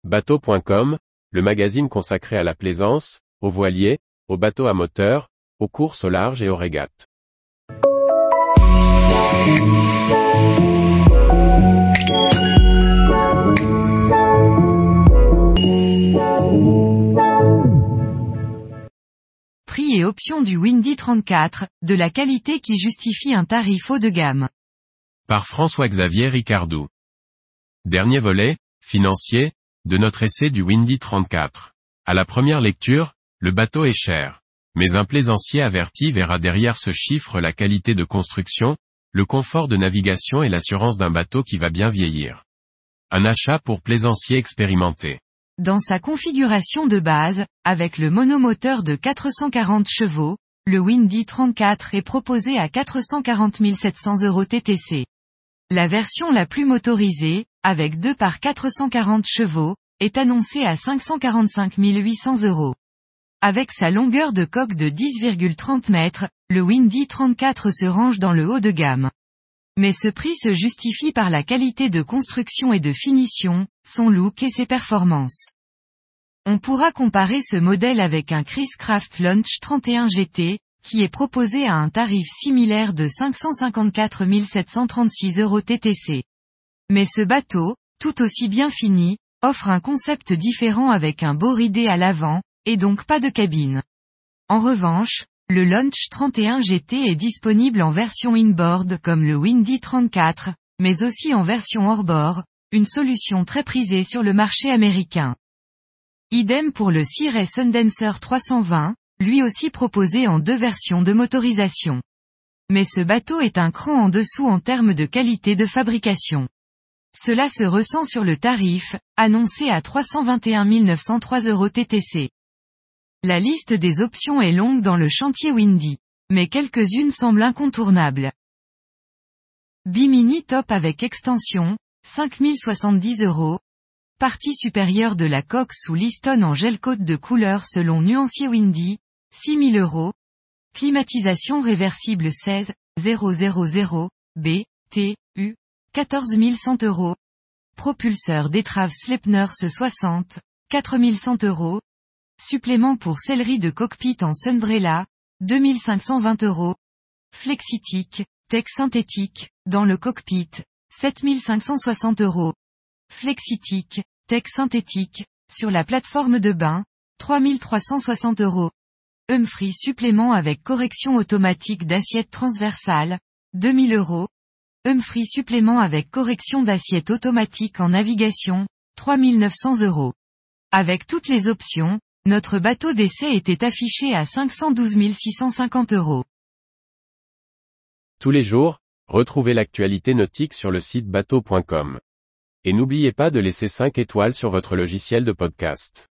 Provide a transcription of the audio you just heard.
Bateau.com, le magazine consacré à la plaisance, aux voiliers, aux bateaux à moteur, aux courses au large et aux régates. Prix et options du Windy 34, de la qualité qui justifie un tarif haut de gamme. Par François-Xavier Ricardou. Dernier volet, financier, de notre essai du Windy 34. À la première lecture, le bateau est cher. Mais un plaisancier averti verra derrière ce chiffre la qualité de construction, le confort de navigation et l'assurance d'un bateau qui va bien vieillir. Un achat pour plaisancier expérimenté. Dans sa configuration de base, avec le monomoteur de 440 chevaux, le Windy 34 est proposé à 440 700 € TTC. La version la plus motorisée, avec 2 par 440 chevaux, est annoncée à 545 800 €. Avec sa longueur de coque de 10,30 mètres, le Windy 34 se range dans le haut de gamme. Mais ce prix se justifie par la qualité de construction et de finition, son look et ses performances. On pourra comparer ce modèle avec un Chris-Craft Launch 31 GT, qui est proposé à un tarif similaire de 554 736 € TTC. Mais ce bateau, tout aussi bien fini, offre un concept différent avec un beau ridé à l'avant, et donc pas de cabine. En revanche, le Launch 31 GT est disponible en version inboard comme le Windy 34, mais aussi en version hors-bord, une solution très prisée sur le marché américain. Idem pour le Sea Ray Sundancer 320, lui aussi proposé en 2 versions de motorisation. Mais ce bateau est un cran en dessous en termes de qualité de fabrication. Cela se ressent sur le tarif, annoncé à 321 903 € TTC. La liste des options est longue dans le chantier Windy, mais quelques-unes semblent incontournables. Bimini top avec extension, 5070 €. Partie supérieure de la coque sous liston en gel coat de couleur selon nuancier Windy, 6000 €. Climatisation réversible 16 000 B, T, U, 14100 €. Propulseur d'étrave Sleipners 60, 4100 €. Supplément pour sellerie de cockpit en Sunbrella, 2520 €. Flexitique, tech synthétique, dans le cockpit, 7560 €. Flexitique, tech synthétique, sur la plateforme de bain, 3360 €. Humphrey supplément avec correction automatique d'assiette transversale, 2000 €. Humphrey supplément avec correction d'assiette automatique en navigation, 3900 €. Avec toutes les options, notre bateau d'essai était affiché à 512 650 €. Tous les jours, retrouvez l'actualité nautique sur le site bateau.com. Et n'oubliez pas de laisser 5 étoiles sur votre logiciel de podcast.